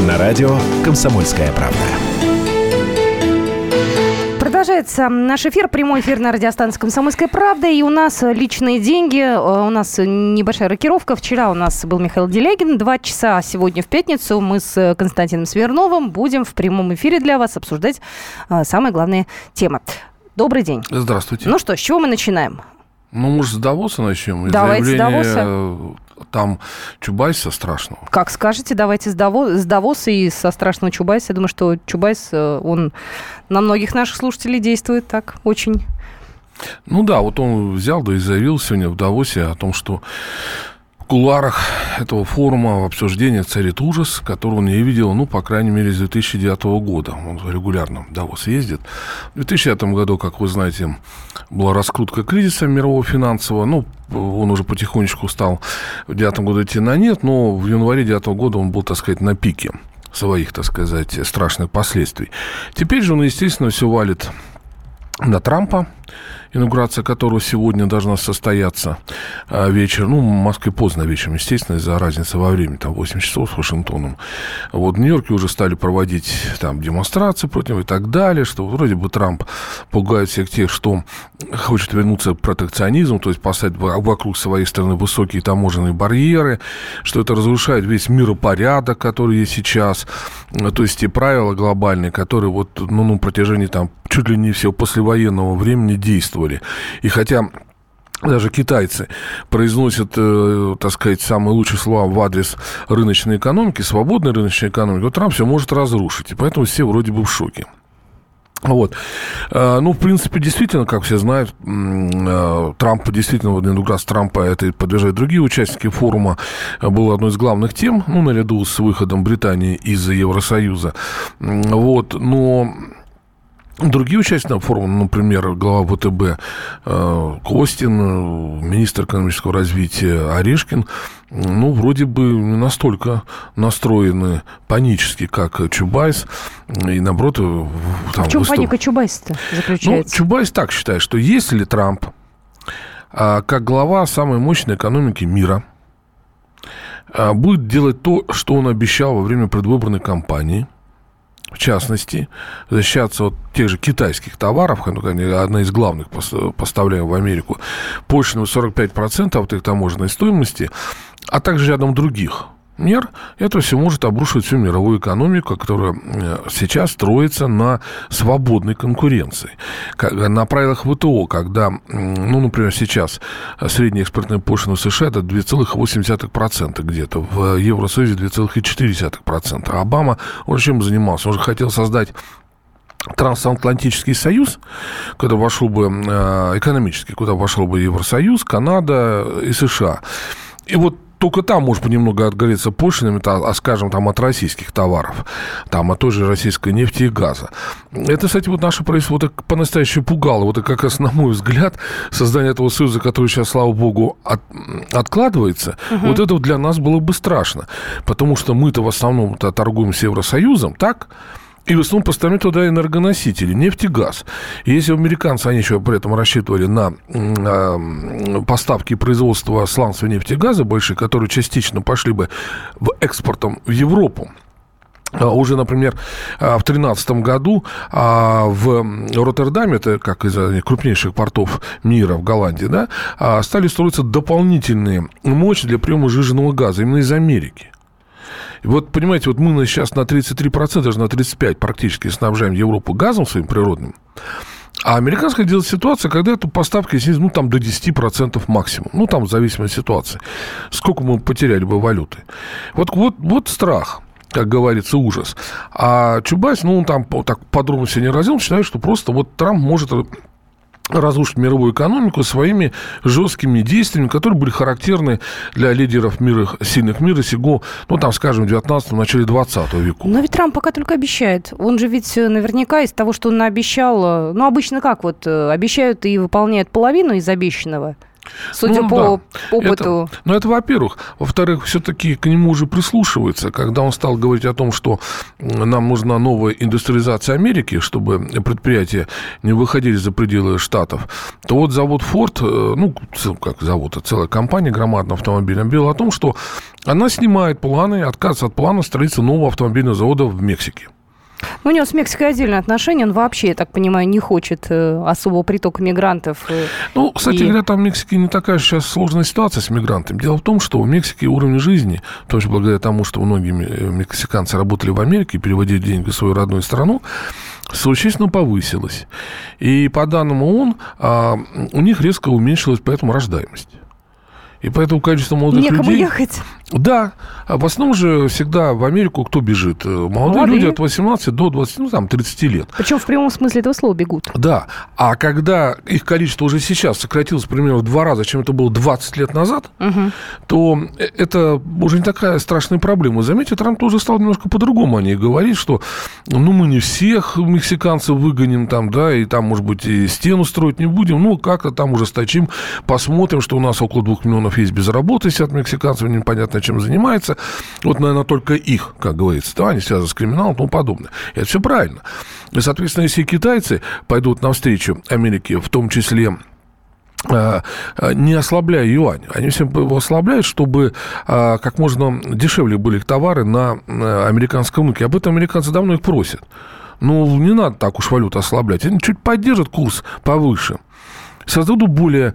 На радио «Комсомольская правда». Продолжается наш эфир, прямой эфир на радиостанции «Комсомольская правда». И у нас личные деньги, у нас небольшая рокировка. Вчера у нас был Михаил Делягин, 2 часа. Сегодня в пятницу мы с Константином Смирновым будем в прямом эфире для вас обсуждать самые главные темы. Добрый день. Здравствуйте. Ну что, с чего мы начинаем? Ну, может, с Давоса начнем? Давайте с Давоса. Там Чубайса страшного. Как скажете, давайте с Давоса и со страшного Чубайса. Я думаю, что Чубайс, он на многих наших слушателей действует так очень. Ну да, вот он взял, да и заявил сегодня в Давосе о том, что в кулуарах этого форума в обсуждении царит ужас, которого он не видел, ну, по крайней мере, с 2009 года. Он регулярно в Давос ездит. В 2009 году, как вы знаете, была раскрутка кризиса мирового финансового. Ну, он уже потихонечку стал в 2009 году идти на нет, но в январе 2009 года он был, так сказать, на пике своих, так сказать, страшных последствий. Теперь же он, естественно, все валит на Трампа, инаугурация которого сегодня должна состояться вечером. Ну, в Москве поздно вечером, естественно, из-за разницы во времени, там 8 часов с Вашингтоном. Вот в Нью-Йорке уже стали проводить там демонстрации против него и так далее, что вроде бы Трамп пугает всех тех, что хочет вернуться к протекционизму, то есть поставить вокруг своей страны высокие таможенные барьеры, что это разрушает весь миропорядок, который есть сейчас, то есть те правила глобальные, которые вот, ну, на протяжении там чуть ли не всего послевоенного времени действовали. И хотя даже китайцы произносят, так сказать, самые лучшие слова в адрес рыночной экономики, свободной рыночной экономики, вот Трамп все может разрушить, и поэтому все вроде бы в шоке. Вот. Ну, в принципе, действительно, как все знают, Трамп, действительно, инаугурация Трампа, это поддерживают другие участники форума, было одной из главных тем, ну, наряду с выходом Британии из Евросоюза. Вот, но другие участники форума, например, глава ВТБ Костин, министр экономического развития Орешкин, ну, вроде бы не настолько настроены панически, как Чубайс, и, наоборот, там, в чем паника Чубайса-то заключается? Ну, Чубайс так считает, что если Трамп, как глава самой мощной экономики мира, будет делать то, что он обещал во время предвыборной кампании, в частности, защищаться от тех же китайских товаров, одна из главных поставляемых в Америку, пошлины 45% от их таможенной стоимости, а также рядом других мер, это все может обрушить всю мировую экономику, которая сейчас строится на свободной конкуренции. На правилах ВТО, когда, ну, например, сейчас средняя экспортная пошлина в США это 2,8% где-то, в Евросоюзе 2,4%. А Обама, он чем занимался? Он же хотел создать трансатлантический союз, куда вошел бы экономический, куда вошел бы Евросоюз, Канада и США. И вот только там может понемногу отгореться пошлинами, скажем, там, от российских товаров, там, от той же российской нефти и газа. Это, кстати, вот наше правительство вот по-настоящему пугало. Вот как раз, на мой взгляд, создание этого союза, который сейчас, слава богу, откладывается, вот это для нас было бы страшно. Потому что мы-то в основном-то торгуем с Евросоюзом, так? И в основном поставляют туда энергоносители, нефть и газ. И если американцы, они еще при этом рассчитывали на поставки и производство сланцевой нефти и газа большие, которые частично пошли бы в экспортом в Европу. Уже, например, в 2013 году в Роттердаме, это как из крупнейших портов мира в Голландии, да, стали строиться дополнительные мощи для приема сжиженного газа именно из Америки. Вот, понимаете, вот мы сейчас на 33%, даже на 35% практически снабжаем Европу газом своим природным, а американская делает ситуация, когда эту поставки снизу, ну, там, до 10% максимум. Ну, там, в зависимости от ситуации. Сколько мы потеряли бы валюты. Вот страх, как говорится, ужас. А Чубайс, ну, он там так подробно себя не разделил, считает, что просто вот Трамп может разрушить мировую экономику своими жесткими действиями, которые были характерны для лидеров мира, сильных мира сего, ну, там, скажем, в 19-м, начале 20 века. Но ведь Трамп пока только обещает. Он же ведь наверняка из того, что он наобещал, ну, обычно как вот, обещают и выполняют половину из обещанного. Судя по опыту. Это, во-первых. Во-вторых, все-таки к нему уже прислушиваются. Когда он стал говорить о том, что нам нужна новая индустриализация Америки, чтобы предприятия не выходили за пределы штатов, то вот завод Ford, целая компания громадная автомобильная, объявила о том, что она снимает планы, отказывается от плана строительства нового автомобильного завода в Мексике. У него с Мексикой отдельные отношения. Он вообще, я так понимаю, не хочет особого притока мигрантов. Кстати говоря, там в Мексике не такая сейчас сложная ситуация с мигрантами. Дело в том, что в Мексике уровень жизни, в том числе благодаря тому, что многие мексиканцы работали в Америке и переводили деньги в свою родную страну, существенно повысилась. И по данным ООН, у них резко уменьшилась поэтому рождаемость. И поэтому количество молодых людей... Некому ехать. Да. В основном же всегда в Америку кто бежит? Молодые люди от 18 до 20, 30 лет. Причем в прямом смысле этого слова бегут. Да. А когда их количество уже сейчас сократилось примерно в 2 раза, чем это было 20 лет назад, то это уже не такая страшная проблема. Заметьте, Трамп тоже стал немножко по-другому о ней говорить, что мы не всех мексиканцев выгоним там, да, и там, может быть, и стену строить не будем, как-то там ужесточим, посмотрим, что у нас около 2 миллионов есть без работы, сидят мексиканцев, непонятно чем занимается. Вот, наверное, только их, как говорится, да, они связаны с криминалом и тому подобное. И это все правильно. И, соответственно, если китайцы пойдут навстречу Америке, в том числе не ослабляя юань, они всем ослабляют, чтобы как можно дешевле были их товары на американском рынке. Об этом американцы давно их просят. Не надо так уж валюту ослаблять. Они чуть поддержат курс повыше. Создадут более,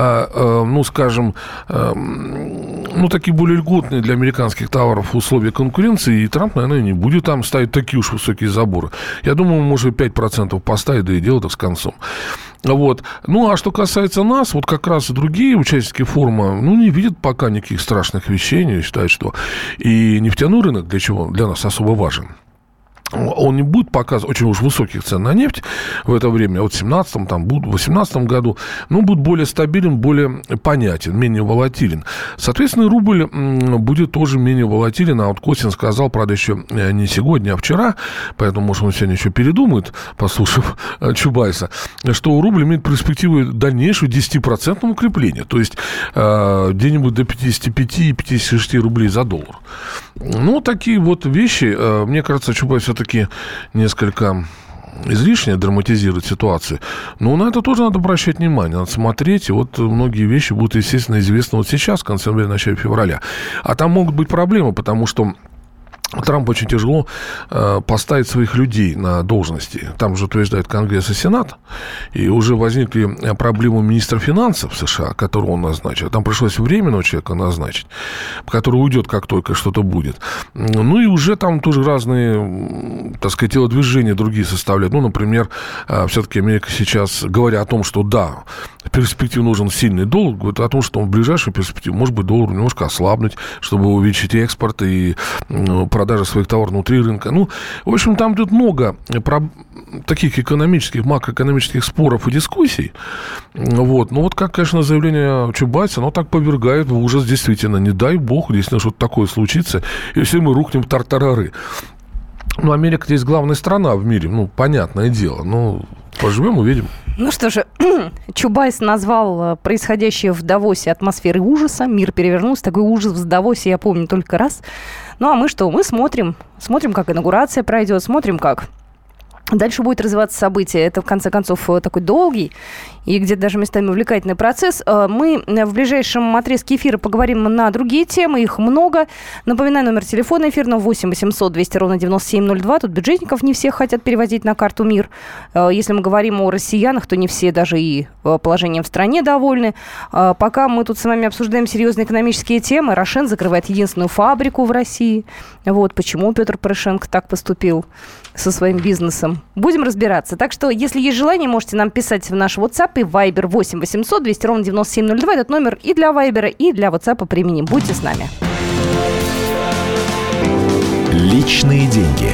такие более льготные для американских товаров условия конкуренции, и Трамп, наверное, не будет там ставить такие уж высокие заборы. Я думаю, он может 5% поставить, да и дело-то с концом. Вот. А что касается нас, вот как раз и другие участники форума, не видят пока никаких страшных вещей, не считают, что и нефтяной рынок для нас особо важен. Он не будет показывать очень уж высоких цен на нефть в это время, в 2018 году, но будет более стабилен, более понятен, менее волатилен. Соответственно, рубль будет тоже менее волатилен, а вот Костин сказал, правда, еще не сегодня, а вчера, поэтому, может, он сегодня еще передумает, послушав Чубайса, что рубль имеет перспективу дальнейшего 10% укрепления, то есть где-нибудь до 55-56 рублей за доллар. Такие вот вещи, мне кажется, Чубайс все-таки несколько излишне драматизирует ситуацию. Но на это тоже надо обращать внимание, надо смотреть. И вот многие вещи будут, естественно, известны вот сейчас, в конце ноября, начале февраля. А там могут быть проблемы, потому что Трампу очень тяжело поставить своих людей на должности. Там же утверждает Конгресс и Сенат. И уже возникли проблемы министра финансов США, которого он назначил. Там пришлось временного человека назначить, который уйдет, как только что-то будет. И уже там тоже разные, так сказать, телодвижения другие составляют. Например, все-таки Америка сейчас, говоря о том, что да, в перспективе нужен сильный доллар, говорит о том, что в ближайшей перспективе может быть доллар немножко ослабнуть, чтобы увеличить экспорт и продажи своих товаров внутри рынка. В общем, там тут много таких экономических, макроэкономических споров и дискуссий. Как, конечно, заявление Чубайса, оно так повергает в ужас, действительно. Не дай бог, если что-то такое случится, если мы рухнем в тартарары. Америка здесь главная страна в мире, понятное дело. Поживем, увидим. Что же, Чубайс назвал происходящее в Давосе атмосферой ужаса. Мир перевернулся. Такой ужас в Давосе я помню только раз. А мы что? Мы смотрим. Смотрим, как инаугурация пройдет. Смотрим, как дальше будет развиваться событие. Это, в конце концов, такой долгий и где-то даже местами увлекательный процесс. Мы в ближайшем отрезке эфира поговорим на другие темы. Их много. Напоминаю, номер телефона эфирного 8 800 200 ровно 9702. Тут бюджетников не все хотят переводить на карту МИР. Если мы говорим о россиянах, то не все даже и положением в стране довольны. Пока мы тут с вами обсуждаем серьезные экономические темы, Рошен закрывает единственную фабрику в России. Почему Петр Порошенко так поступил со своим бизнесом. Будем разбираться. Так что, если есть желание, можете нам писать в наш WhatsApp и Viber 8 800 200 ровно 9702. Этот номер и для Viber, и для WhatsApp применим. Будьте с нами. Личные деньги.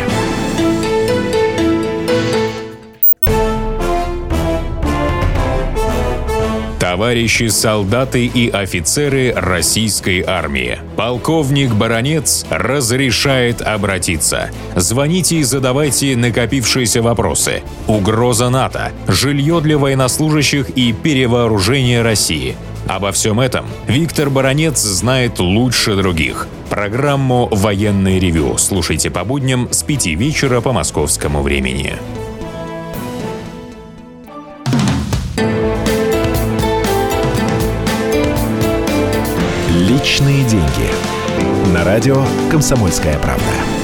Товарищи солдаты и офицеры российской армии. Полковник Баранец разрешает обратиться. Звоните и задавайте накопившиеся вопросы. Угроза НАТО, жилье для военнослужащих и перевооружение России. Обо всем этом Виктор Баранец знает лучше других. Программу «Военное ревю» слушайте по будням с 5 вечера по московскому времени. Личные деньги. На радио «Комсомольская правда».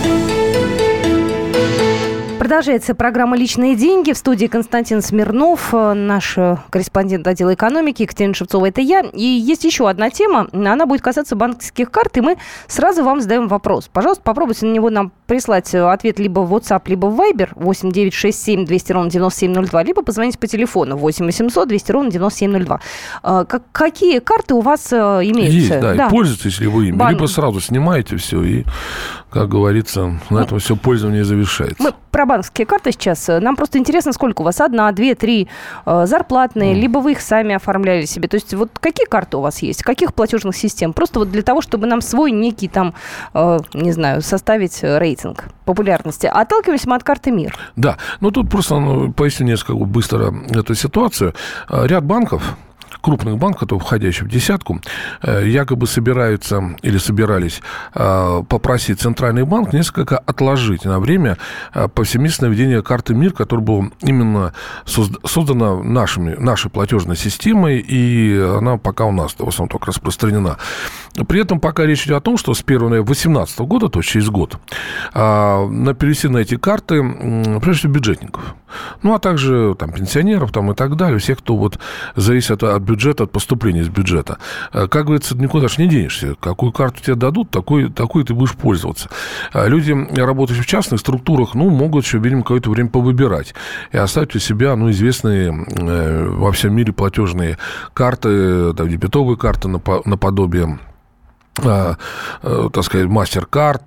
Продолжается программа «Личные деньги». В студии Константин Смирнов, наш корреспондент отдела экономики, Екатерина Шевцова, это я. И есть еще одна тема, она будет касаться банковских карт, и мы сразу вам задаем вопрос. Пожалуйста, попробуйте на него нам прислать ответ либо в WhatsApp, либо в Viber 8 967 200 ровно 9702, либо позвонить по телефону 8 800 200 ровно 9702. Какие карты у вас имеются? Есть, да, и пользуетесь ли вы ими, либо сразу снимаете все, и, как говорится, на этом все пользование завершается. Мы про банковские карты сейчас. Нам просто интересно, сколько у вас? 1, 2, 3 зарплатные, либо вы их сами оформляли себе. То есть вот какие карты у вас есть? Каких платежных систем? Просто вот для того, чтобы нам свой некий там, не знаю, составить рейтинг популярности. Отталкиваемся мы от карты МИР. Да, ну тут просто поясню несколько быстро эту ситуацию. Ряд банков, крупных банков, входящих в десятку, якобы собираются или собирались попросить Центральный банк несколько отложить на время повсеместное введение карты МИР, которая была именно создана нашей платежной системой, и она пока у нас в основном только распространена. При этом пока речь идет о том, что с 1 января 2018 года, то есть через год, перевести на эти карты, прежде всего, бюджетников. Ну, а также там, пенсионеров там, и так далее, всех, кто вот зависит от бюджета, от поступления из бюджета. Как говорится, никуда же не денешься. Какую карту тебе дадут, такой ты будешь пользоваться. Люди, работающие в частных структурах, могут еще, видимо, какое-то время повыбирать и оставить у себя, известные во всем мире платежные карты, там, дебетовые карты наподобие, так сказать, MasterCard,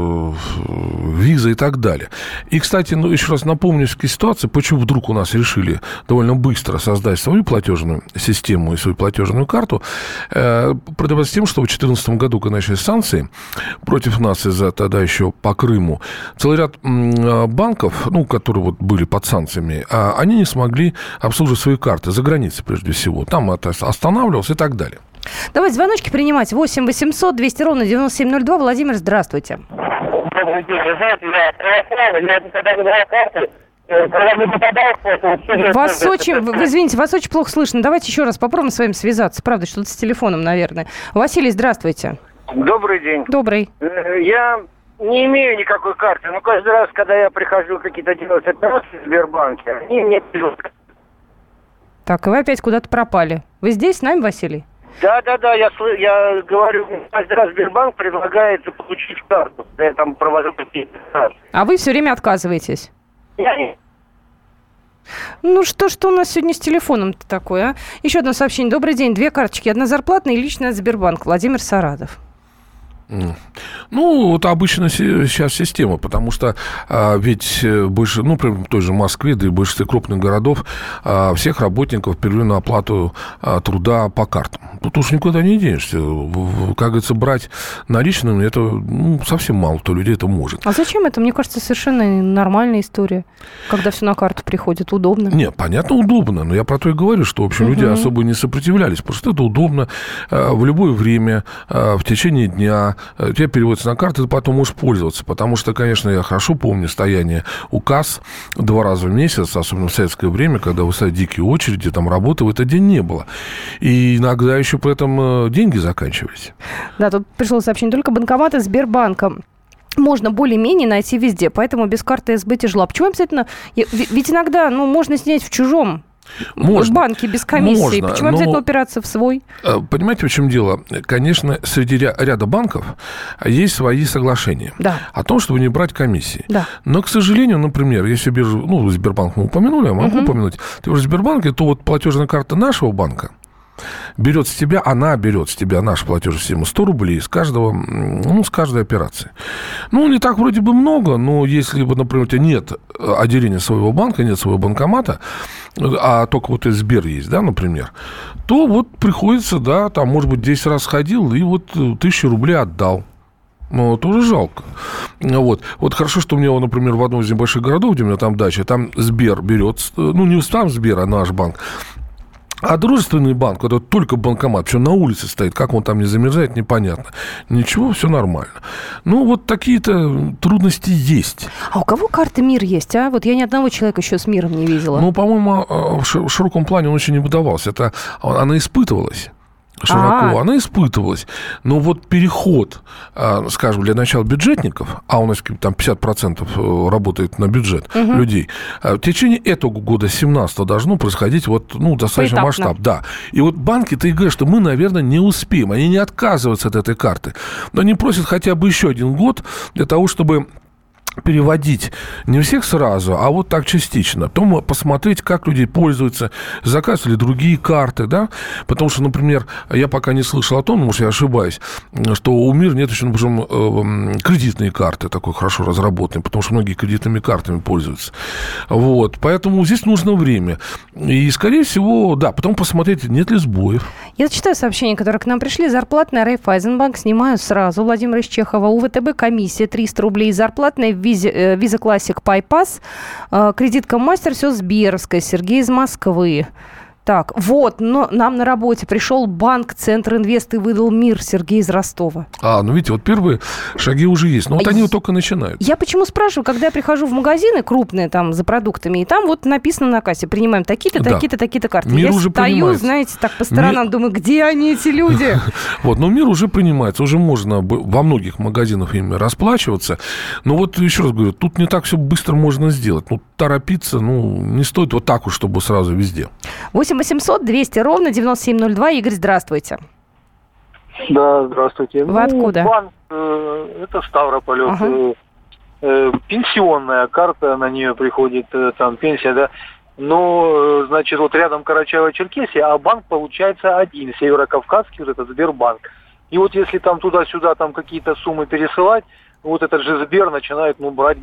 Visa и так далее. И, кстати, еще раз напомню ситуацию, почему вдруг у нас решили довольно быстро создать свою платежную систему и свою платежную карту, продавать тем, что в 2014 году, когда начались санкции против нас из-за тогда еще по Крыму, целый ряд банков, которые вот были под санкциями, они не смогли обслуживать свои карты за границей, прежде всего. Там это останавливалось и так далее. Давайте звоночки принимать. 8 800 200 ровно 9702. Владимир, здравствуйте. Добрый день. Вы знаете, я православный, я никогда не брал карты. Когда не попадал, вас очень плохо слышно. Давайте еще раз попробуем с вами связаться. Правда, что-то с телефоном, наверное. Василий, здравствуйте. Добрый день. Добрый. Я не имею никакой карты, но каждый раз, когда я прихожу какие-то делать операции в Сбербанке, они мне пишут. Так, и вы опять куда-то пропали. Вы здесь с нами, Василий? Да, я говорю, каждый раз Сбербанк предлагает получить карту, когда я там провожу какие-то карты. А вы все время отказываетесь? Я не... Что у нас сегодня с телефоном-то такое, а? Еще одно сообщение. Добрый день. 2 карточки. Одна зарплатная и личная от Сбербанка. Владимир, Саратов. Это обычно сейчас система, потому что ведь больше, например, в той же Москве, да и в большинстве крупных городов всех работников перевели на оплату труда по картам. Тут уж никуда не денешься. Как говорится, брать наличными, это совсем мало кто людей это может. А зачем это? Мне кажется, совершенно нормальная история, когда все на карту приходит. Удобно. Нет, понятно, удобно, но я про то и говорю, что, в общем, люди особо не сопротивлялись. Просто это удобно в любое время, в течение дня. Тебе переводится на карту, ты потом можешь пользоваться. Потому что, конечно, я хорошо помню стояние у касс 2 раза в месяц, особенно в советское время, когда вы стоите дикие очереди, там работы в этот день не было. И иногда еще при этом деньги заканчивались. Да, тут пришло сообщение. Только банкоматы Сбербанка можно более-менее найти везде. Поэтому без карты СБ тяжело. А почему обязательно? Ведь иногда можно снять в чужом. В банке без комиссии. Можно, почему обязательно упираться в свой? Понимаете, в чем дело? Конечно, среди ряда банков есть свои соглашения о том, чтобы не брать комиссии. Да. Но, к сожалению, например, если биржу, Сбербанк мы упомянули, я могу упомянуть, ты в Сбербанке, то вот платежная карта нашего банка берет с тебя, наша платежная система, 100 рублей с каждой операции. Не так вроде бы много, но если, например, у тебя нет отделения своего банка, нет своего банкомата, а только вот Сбер есть, да, например, то вот приходится, там, может быть, 10 раз ходил и 1000 рублей отдал. Тоже жалко. Вот хорошо, что у меня, например, в одном из небольших городов, где у меня там дача, там Сбер берет, не сам Сбер, а наш банк, А дружественный банк, это только банкомат, все на улице стоит, как он там не замерзает, непонятно. Ничего, все нормально. Ну, вот такие-то трудности есть. А у кого карты МИР есть, а? Вот я ни одного человека еще с МИРом не видела. Ну, по-моему, в широком плане он очень не выдавался. Она испытывалась. Широко, она испытывалась. Но вот переход, скажем, для начала бюджетников, а у нас там 50% работает на бюджет людей, в течение этого года, 17-го, должно происходить достаточно масштаб. Да. И вот банки-то и говорят, что мы, наверное, не успеем. Они не отказываются от этой карты. Но они просят хотя бы еще 1 год для того, чтобы переводить не всех сразу, а вот так частично. Потом посмотреть, как люди пользуются, заказывали другие карты, да, потому что, например, я пока не слышал о том, может, я ошибаюсь, что у МИР нет еще, например, кредитные карты такой хорошо разработанные, потому что многие кредитными картами пользуются. Вот, поэтому здесь нужно время. И, скорее всего, да, потом посмотреть, нет ли сбоев. Я зачитаю сообщения, которые к нам пришли. Зарплатная Райффайзенбанк снимаю сразу. Владимир из Чехова. У ВТБ комиссия 300 рублей. Зарплатная Visa Classic PayPass. Кредитка Мастер, все Сберовская. Сергей из Москвы. Так, вот, но нам на работе пришел банк Центр Инвест и выдал МИР. Сергей из Ростова. Ну видите, вот первые шаги уже есть. Но вот они вот только начинают. Я почему спрашиваю, когда я прихожу в магазины крупные там за продуктами, и там вот написано на кассе, принимаем такие-то, такие-то, такие-то карты. МИР я уже стою, принимается. знаете, так по сторонам, думаю, где они, эти люди? Вот, но МИР уже принимается. Уже можно во многих магазинах ими расплачиваться. Но вот еще раз говорю, тут не так все быстро можно сделать. Торопиться, не стоит вот так уж, чтобы сразу везде. 8 800 200 ровно 9702. Игорь, здравствуйте. Да, здравствуйте. Вы откуда? Банк, это Ставрополь. Ага. Пенсионная карта, на нее приходит там пенсия, да. Но, значит, вот рядом Карачаево-Черкесия, а банк получается один, Северокавказский, вот этот Сбербанк. И вот если там туда-сюда там какие-то суммы пересылать, вот этот же Сбер начинает, брать,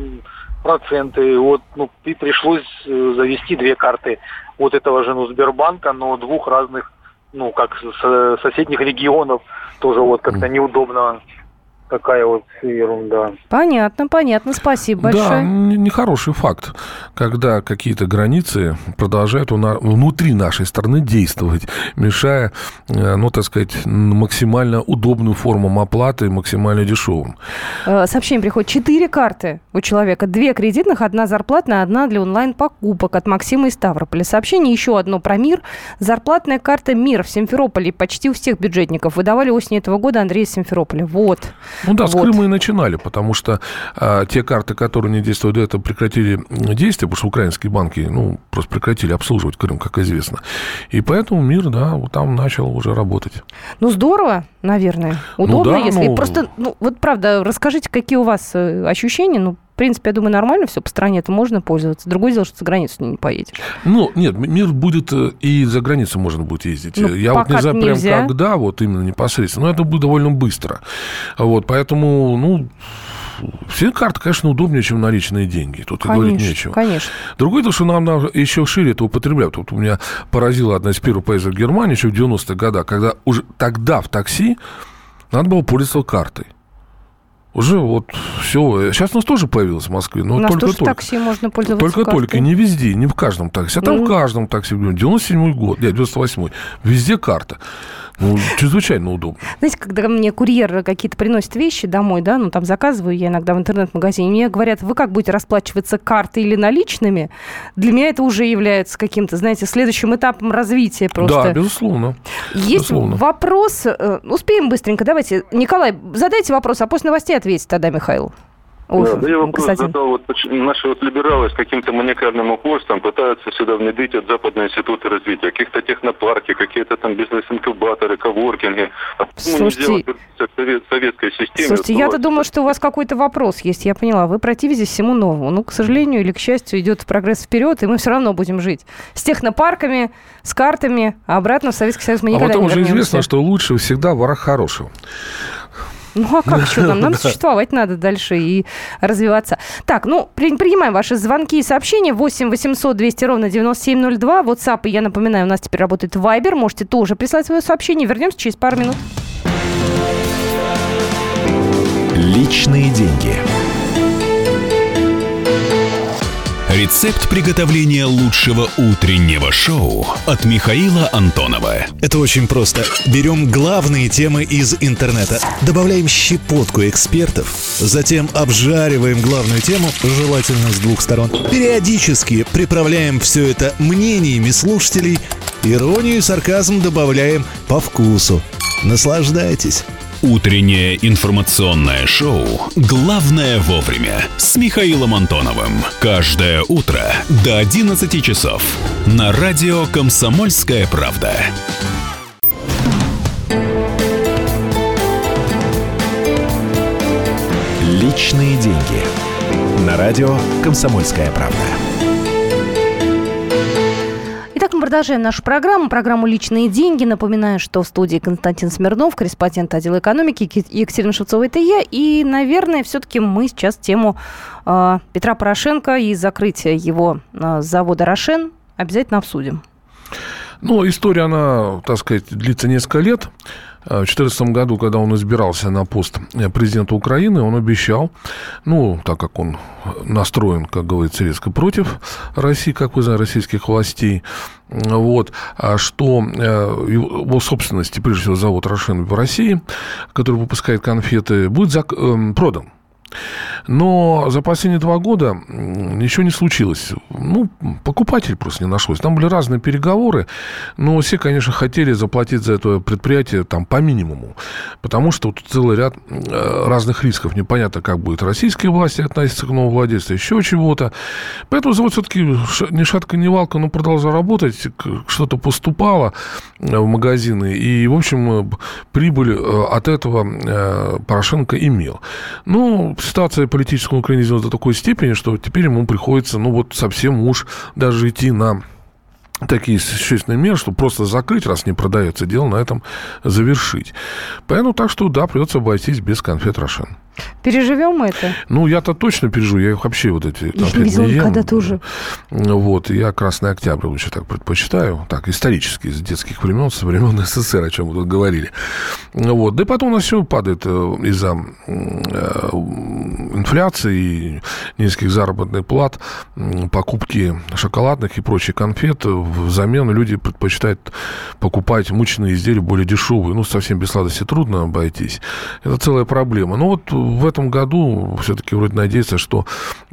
проценты. Вот, и пришлось завести 2 карты вот этого же, Сбербанка, но 2 разных, как соседних регионов, тоже вот как-то неудобно. Такая вот ерунда. Понятно, спасибо большое. Да, нехороший факт, когда какие-то границы продолжают внутри нашей страны действовать, мешая, так сказать, максимально удобную форму оплаты, максимально дешевым. Сообщение приходит. 4 карты у человека. 2 кредитных, 1 зарплатная, 1 для онлайн-покупок от Максима из Ставрополя. Сообщение еще одно про МИР. Зарплатная карта МИР в Симферополе почти у всех бюджетников. Выдавали осенью этого года Андрей из Симферополя. Вот. С Крыма и начинали, потому что те карты, которые не действовали до этого, прекратили действие, потому что украинские банки, просто прекратили обслуживать Крым, как известно. И поэтому МИР, вот там начал уже работать. Здорово, наверное. Удобно, если... Просто, вот правда, расскажите, какие у вас ощущения, в принципе, я думаю, нормально все по стране, это можно пользоваться. Другое дело, что за границу не поедешь. Нет, МИР будет, и за границу можно будет ездить. Я вот не знаю прям когда, именно непосредственно, но это будет довольно быстро. Поэтому, все карты, конечно, удобнее, чем наличные деньги. Тут и говорить нечего. Конечно. Другое дело, что нам надо еще шире это употреблять. У меня поразила одна из первых поездок в Германию еще в 90-х годах, когда уже тогда в такси надо было пользоваться картой. Уже все. Сейчас у нас тоже появилось в Москве, но только-только. У нас тоже в такси можно пользоваться картой. Только, не везде, не в каждом такси. А там в каждом такси, 97-й год, 98-й, везде карта. Чрезвычайно удобно. Знаете, когда мне курьер какие-то приносит вещи домой, там заказываю я иногда в интернет-магазине, мне говорят, вы как будете расплачиваться картой или наличными? Для меня это уже является каким-то, следующим этапом развития просто. Да, безусловно. Есть вопрос, успеем быстренько, давайте. Николай, задайте вопрос, а после новостей ответить тогда, Михаил. Я вопрос задал, наши либералы с каким-то маниакальным упорством пытаются сюда внедрить западные институты развития, каких-то технопарки, какие-то там бизнес-инкубаторы, коворкинги. Слушайте, советской системе. Слушайте, я-то думала, что у вас какой-то вопрос есть, я поняла, вы противитесь всему новому. К сожалению или к счастью, идет прогресс вперед, и мы все равно будем жить с технопарками, с картами, а обратно в Советский Союз мы никогда не вернемся. А потом уже известно, что лучше всегда враг хорошего. А как что нам? Нам существовать надо дальше и развиваться. Так, принимаем ваши звонки и сообщения. 8 800 200 ровно 9702. WhatsApp, и я напоминаю, у нас теперь работает Viber. Можете тоже прислать свое сообщение. Вернемся через пару минут. Личные деньги. Рецепт приготовления лучшего утреннего шоу от Михаила Антонова. Это очень просто. Берем главные темы из интернета, добавляем щепотку экспертов, затем обжариваем главную тему, желательно с двух сторон. Периодически приправляем все это мнениями слушателей, иронию и сарказм добавляем по вкусу. Наслаждайтесь. Утреннее информационное шоу «Главное вовремя» с Михаилом Антоновым. Каждое утро до 11 часов на радио «Комсомольская правда». Личные деньги. На радио «Комсомольская правда». Итак, мы продолжаем нашу программу «Личные деньги». Напоминаю, что в студии Константин Смирнов, корреспондент отдела экономики, Екатерина Шевцова, это я. И, наверное, все-таки мы сейчас тему Петра Порошенко и закрытия его завода «Рошен» обязательно обсудим. Ну, история, она, так сказать, длится несколько лет. В 2014 году, когда он избирался на пост президента Украины, он обещал, ну, так как он настроен, как говорится, резко против России, как вы знаете, российских властей, вот, что его собственности, прежде всего, завод «Рошен» в России, который выпускает конфеты, будет продан. Но за последние 2 года ничего не случилось. Ну, покупатель просто не нашлось. Там были разные переговоры, но все, конечно, хотели заплатить за это предприятие там по минимуму, потому что тут целый ряд разных рисков. Непонятно, как будут российские власти относиться к новому владельцу, еще чего-то. Поэтому завод все-таки ни шатка, ни валка, но продолжал работать, что-то поступало в магазины, и, в общем, прибыль от этого Порошенко имел. Ну, ситуация политическая в Украине до такой степени, что теперь ему приходится, ну, вот совсем уж даже идти на такие существенные меры, чтобы просто закрыть, раз не продается дело, на этом завершить. Поэтому так что, да, придется обойтись без конфет «Рошен». Переживем мы это? Ну, я-то точно переживу. Я их вообще вот эти конфеты не видела не ем. когда-то уже. Вот. Я «Красный октябрь» лучше так предпочитаю. Так, исторически, из детских времен, со времен СССР, о чем мы тут говорили. Вот. Да и потом у нас все падает из-за инфляции и низких заработных плат, покупки шоколадных и прочих конфет. Взамен люди предпочитают покупать мучные изделия более дешевые. Ну, совсем без сладости трудно обойтись. Это целая проблема. Но вот в этом году все-таки вроде надеется, что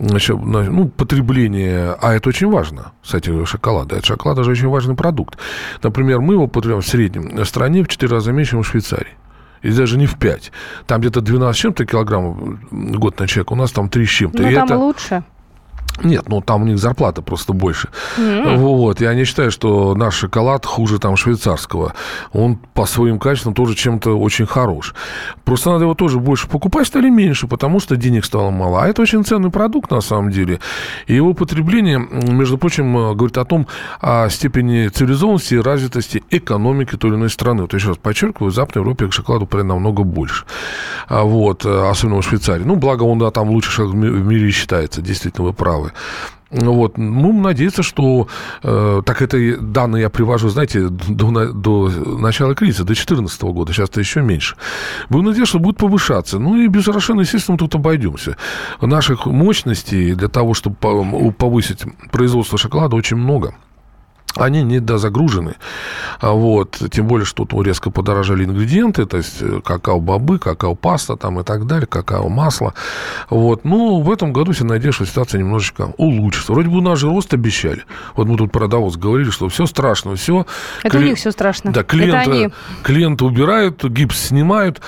потребление, а это очень важно, кстати, шоколада. Это шоколад даже очень важный продукт. Например, мы его потребляем в среднем в стране в 4 раза меньше, чем в Швейцарии. И даже не в 5. Там где-то 12 с чем-то килограммов год на человека, у нас там 3 с чем-то. Ну, там это лучше. Нет, ну там у них зарплата просто больше. Вот. Я не считаю, что наш шоколад хуже там швейцарского. Он по своим качествам тоже чем-то очень хорош. Просто надо его тоже больше покупать стали меньше, потому что денег стало мало. А это очень ценный продукт на самом деле. И его потребление, между прочим, говорит о степени цивилизованности и развитости экономики той или иной страны. Вот я еще раз подчеркиваю, в Западной Европе к шоколаду намного больше. Вот. Особенно в Швейцарии. Ну, благо он там лучший шоколад в мире считается. Действительно, вы правы. Вот. Мы надеемся, что так это данные я привожу, знаете, до начала кризиса, до 2014 года, сейчас-то еще меньше. Будем надеяться, что будет повышаться. Ну и без «Рошена», естественно, тут обойдемся. Наших мощностей для того, чтобы повысить производство шоколада, очень много. Они недозагружены. Вот. Тем более, что тут резко подорожали ингредиенты, то есть какао-бобы, какао-паста там и так далее, какао-масло. Вот. Ну, в этом году все надеюсь, что ситуация немножечко улучшится. Вроде бы у нас же рост обещали. Вот мы тут про Давос говорили, что все страшно, все. Это у них все страшно. Да, клиенты убирают, гипс снимают,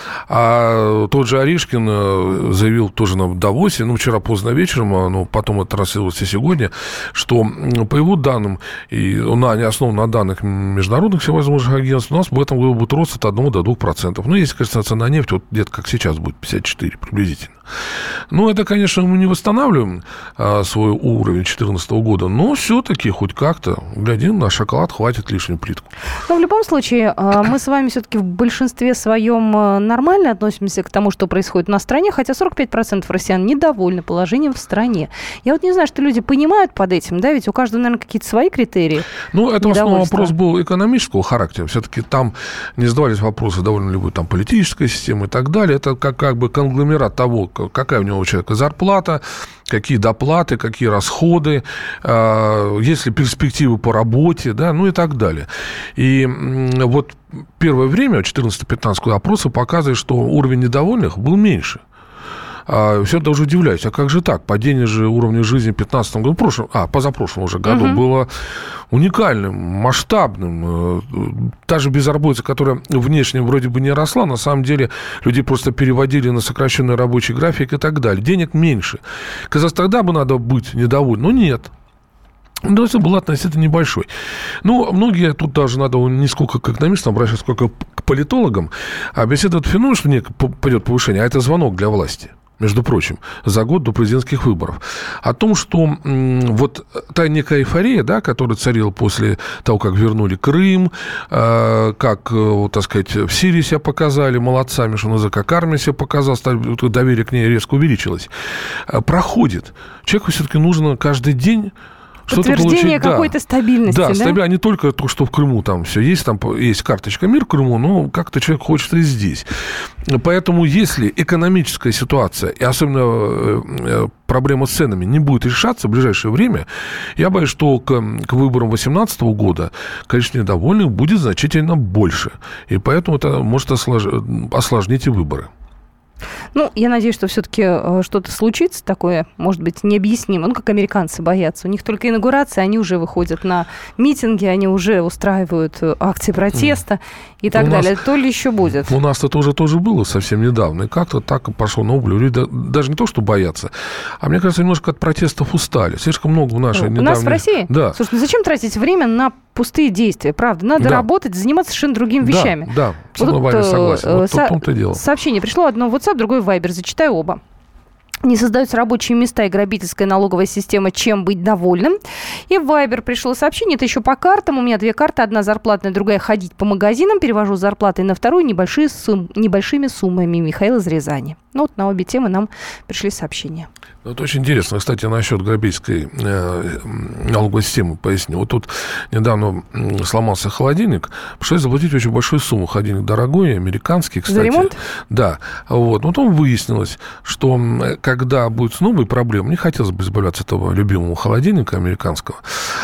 а тот же Орешкин заявил тоже на Давосе, ну, вчера поздно вечером, но потом это транслировалось и сегодня, что по его данным, и не основан на данных международных всевозможных агентств, у нас в этом году будет рост от 1 до 2%. Ну, если, конечно, цена нефти, вот где-то как сейчас будет, 54 приблизительно. Ну, это, конечно, мы не восстанавливаем свой уровень 2014 года, но все-таки хоть как-то, глядим, на шоколад хватит лишнюю плитку. Но в любом случае, мы с вами все-таки в большинстве своем нормально относимся к тому, что происходит у нас в стране, хотя 45% россиян недовольны положением в стране. Я вот не знаю, что люди понимают под этим, да, ведь у каждого, наверное, какие-то свои критерии. Ну, это в основном вопрос был экономического характера. Все-таки там не задавались вопросы, довольно ли будет там политическая система и так далее. Это как бы конгломерат того, какая у него у человека зарплата, какие доплаты, какие расходы, есть ли перспективы по работе, да, ну и так далее. И вот первое время, 14-15 опросы показывают, что уровень недовольных был меньше. Все даже удивляюсь, а как же так? Падение же уровня жизни в 2015 году, позапрошлом уже году было уникальным, масштабным. Та же безработица, которая внешне вроде бы не росла, на самом деле люди просто переводили на сокращенный рабочий график и так далее. Денег меньше. Казалось, тогда бы надо быть недовольным, но нет. Доля была относительно небольшой. Ну, многие, тут даже надо не сколько к экономистам обращаться, сколько к политологам, объясняют этот феномен, что пойдет повышение, а это звонок для власти. Между прочим, за год до президентских выборов. О том, что вот та некая эйфория, да, которая царила после того, как вернули Крым, как, вот, так сказать, в Сирии себя показали молодцами, что называется, как армия себя показала, доверие к ней резко увеличилось, проходит. Человеку все-таки нужно каждый день подтверждение какой-то стабильности, да? Да, не только то, что в Крыму там все есть, там есть карточка «Мир» в Крыму, но как-то человек хочет и здесь. Поэтому если экономическая ситуация, и особенно проблема с ценами, не будет решаться в ближайшее время, я боюсь, что к выборам 2018 года количество недовольных будет значительно больше. И поэтому это может осложнить и выборы. Ну, я надеюсь, что все-таки что-то случится такое, может быть, необъяснимое. Ну, как американцы боятся. У них только инаугурация, они уже выходят на митинги, они уже устраивают акции протеста и так далее. То ли еще будет? У нас это тоже было совсем недавно. И как-то так и пошло на убыль. Люди даже не то, что боятся, а мне кажется, немножко от протестов устали. Слишком много в нашей недавней... У нас в России? Да. Слушай, ну зачем тратить время на пустые действия, правда? Надо работать, заниматься совершенно другими вещами. Да, с вами согласен. Вот в том-то и дело. Сообщение пришло, одно в WhatsApp, другое в Viber. Зачитаю оба. Не создаются рабочие места и грабительская налоговая система, чем быть довольным. И в Viber пришло сообщение, это еще по картам. У меня 2 карты, одна зарплатная, другая ходить по магазинам. Перевожу зарплаты на вторую небольшими суммами. Михаил из Рязани. Ну вот на обе темы нам пришли сообщения. Это очень интересно. Кстати, насчет грабительской налоговой системы поясню. Вот тут недавно сломался холодильник. Пришлось заплатить очень большую сумму. Холодильник дорогой, американский, кстати. За ремонт? Да. Вот. Но потом выяснилось, что когда будет новые проблемы, не хотелось бы избавляться от этого любимого холодильника американского,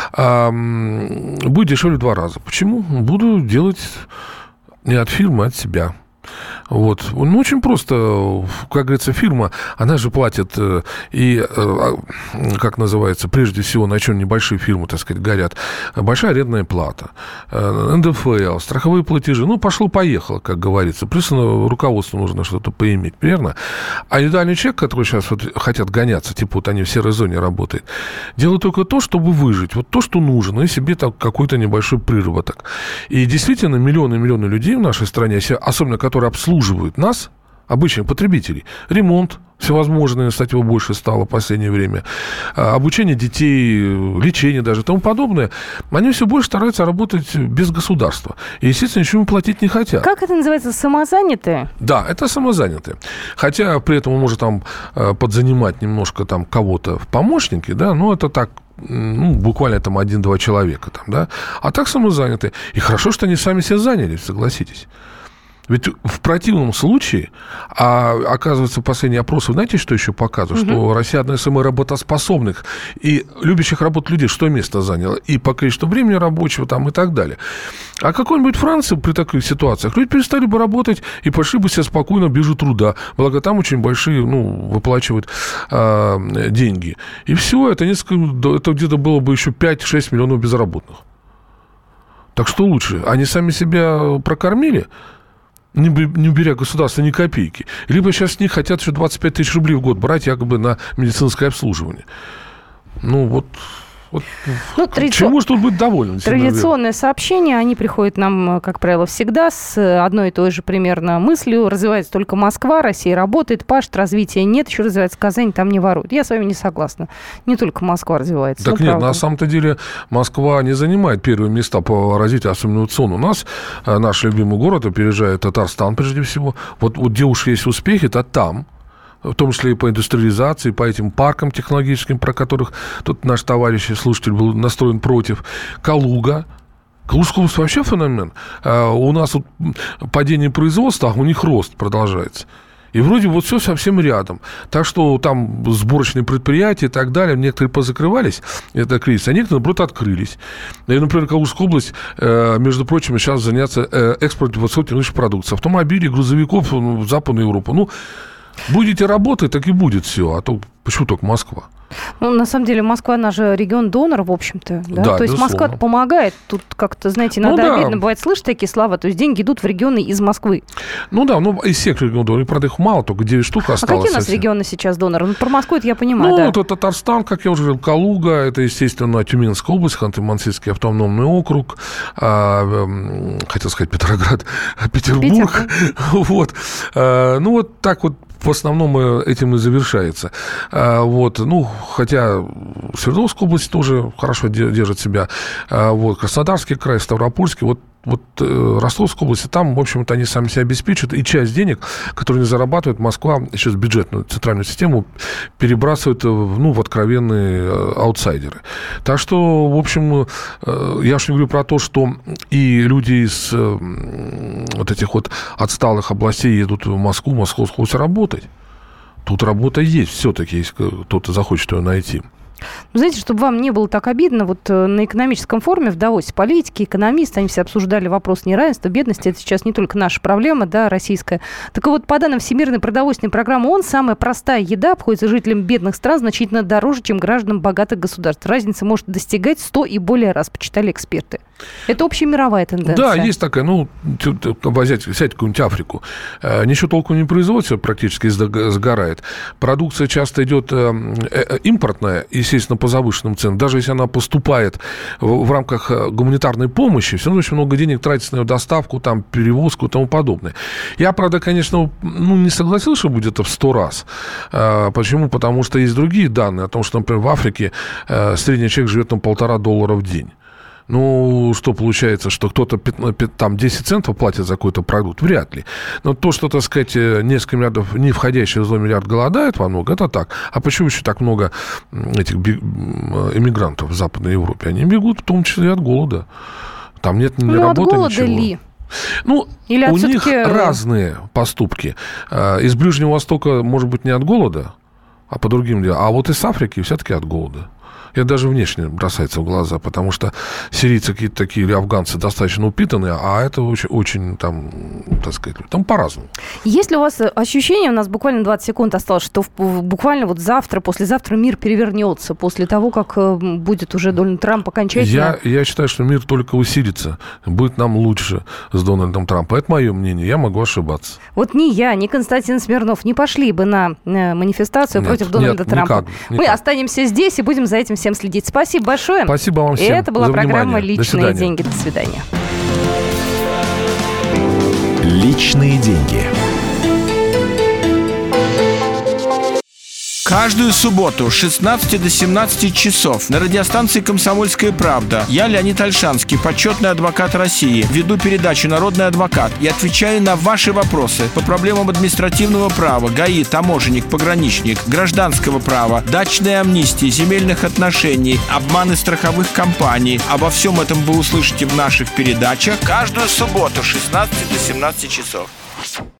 будет дешевле в 2 раза. Почему? Буду делать не от фирмы, а от себя. Вот. Ну, очень просто. Как говорится, фирма, она же платит и, как называется, прежде всего, на чем небольшие фирмы, так сказать, горят, большая арендная плата, НДФЛ, страховые платежи. Ну, пошло-поехало, как говорится. Плюс руководству нужно что-то поиметь, верно? А идеальный человек, который сейчас вот хотят гоняться, типа вот они в серой зоне работают, делают только то, чтобы выжить. Вот то, что нужно, и себе так какой-то небольшой приработок. И действительно, миллионы людей в нашей стране, особенно которые обслуживают нас, обычных потребителей. Ремонт всевозможное, кстати, его больше стало в последнее время. Обучение детей, лечение даже и тому подобное. Они все больше стараются работать без государства. И, естественно, ничего платить не хотят. Как это называется? Самозанятые? Да, это самозанятые. Хотя при этом он может там подзанимать немножко там кого-то в помощнике, да, но это так, ну, буквально там 1-2 человека там, да. А так самозанятые. И хорошо, что они сами себя заняли, согласитесь. Ведь в противном случае, оказывается, последние опросы, знаете, что еще показывают? Что Россия одна из самых работоспособных и любящих работать людей, что место заняло, и по количеству времени рабочего там и так далее. А какой-нибудь Франции при таких ситуациях люди перестали бы работать и пошли бы себе спокойно в биржу труда. Благо там очень большие, выплачивают деньги. И все, это где-то было бы еще 5-6 миллионов безработных. Так что лучше? Они сами себя прокормили, не беря государства ни копейки. Либо сейчас с них хотят еще 25 тысяч рублей в год брать якобы на медицинское обслуживание. Чему же тут быть довольным? Традиционное сообщение, они приходят нам, как правило, всегда с одной и той же примерно мыслью. Развивается только Москва, Россия работает, пашет, развития нет, еще развивается Казань, там не воруют. Я с вами не согласна. Не только Москва развивается. Так нет, на самом-то деле Москва не занимает первые места по развитию, особенно инновационно. У нас наш любимый город опережает Татарстан, прежде всего. Вот где уж есть успехи, то там. в том числе и по индустриализации, по этим паркам технологическим, про которых тут наш товарищ и слушатель был настроен против. Калуга. Калужская область вообще феномен. У нас вот падение производства, а у них рост продолжается. И вроде вот все совсем рядом. Так что там сборочные предприятия и так далее, некоторые позакрывались, это кризис, а некоторые, наоборот, открылись. И, например, Калужская область, между прочим, сейчас заняться экспортом высокотехнологичной продукции. Автомобилей, грузовиков в Западную Европу. Ну, будете работать, так и будет все. А то почему только Москва? Ну, на самом деле, Москва, она же регион-донор, в общем-то. Да? Да, то есть Москва помогает. Тут как-то, знаете, иногда обидно бывает слышать такие слова. То есть деньги идут в регионы из Москвы. Ну да, из всех регионов. Правда, их мало, только 9 штук осталось. А какие у нас регионы сейчас доноры? Ну, про Москву это я понимаю, да. Это Татарстан, как я уже говорил, Калуга, это, естественно, Тюменская область, Ханты-Мансийский автономный округ, хотел сказать Петроград, Петербург. Вот. Ну, вот так вот. В основном этим и завершается. Вот. Ну, хотя Свердловская область тоже хорошо держит себя. Вот. Краснодарский край, Ставропольский. Вот Ростовской области, там, в общем-то, они сами себя обеспечивают, и часть денег, которые они зарабатывают, Москва сейчас бюджетную центральную систему перебрасывает в откровенные аутсайдеры. Так что, в общем, я уж не говорю про то, что и люди из вот этих вот отсталых областей едут в Москву, Московскую область работать. Тут работа есть все-таки, если кто-то захочет ее найти. Знаете, чтобы вам не было так обидно, вот на экономическом форуме в Давосе политики, экономисты, они все обсуждали вопрос неравенства, бедности. Это сейчас не только наша проблема, да, российская. Так вот, по данным Всемирной продовольственной программы ООН, самая простая еда обходится жителям бедных стран значительно дороже, чем гражданам богатых государств. Разница может достигать 100 и более раз, почитали эксперты. Это общемировая тенденция. Да, есть такая, взять какую-нибудь Африку. Ничего толком не производится, практически сгорает. Продукция часто идет импортная, естественно, по завышенным ценам. Даже если она поступает в рамках гуманитарной помощи, все равно очень много денег тратится на ее доставку, там, перевозку и тому подобное. Я, правда, конечно, не согласился, что будет это в 100 раз. Почему? Потому что есть другие данные о том, что, например, в Африке средний человек живет на $1,5 в день. Ну, что получается, что кто-то там 10 центов платит за какой-то продукт? Вряд ли. Но то, что, так сказать, несколько миллиардов, не входящих в злой миллиард, голодают во много, это так. А почему еще так много этих иммигрантов в Западной Европе? Они бегут в том числе и от голода. Там нет ни работы, от голода ничего. Ли? Или у них разные поступки. Из Ближнего Востока, может быть, не от голода, а по другим делам. А вот из Африки все-таки от голода. Это даже внешне бросается в глаза, потому что сирийцы какие-то такие или афганцы достаточно упитанные, а это очень там, так сказать, там по-разному. Есть ли у вас ощущение, у нас буквально 20 секунд осталось, что буквально вот завтра, послезавтра мир перевернется после того, как будет уже Дональд Трамп окончательно? Я считаю, что мир только усилится, будет нам лучше с Дональдом Трампом. Это мое мнение, я могу ошибаться. Вот ни я, ни Константин Смирнов не пошли бы на манифестацию против Дональда Трампа. Никак. Мы останемся здесь и будем за этим всем следить. Спасибо большое. Спасибо вам всем. И это была за программа внимание. «Личные деньги». До свидания. Личные деньги. Каждую субботу с 16 до 17 часов на радиостанции «Комсомольская правда» я, Леонид Ольшанский, почетный адвокат России, веду передачу «Народный адвокат» и отвечаю на ваши вопросы по проблемам административного права, ГАИ, таможенник, пограничник, гражданского права, дачной амнистии, земельных отношений, обманы страховых компаний. Обо всем этом вы услышите в наших передачах каждую субботу с 16 до 17 часов.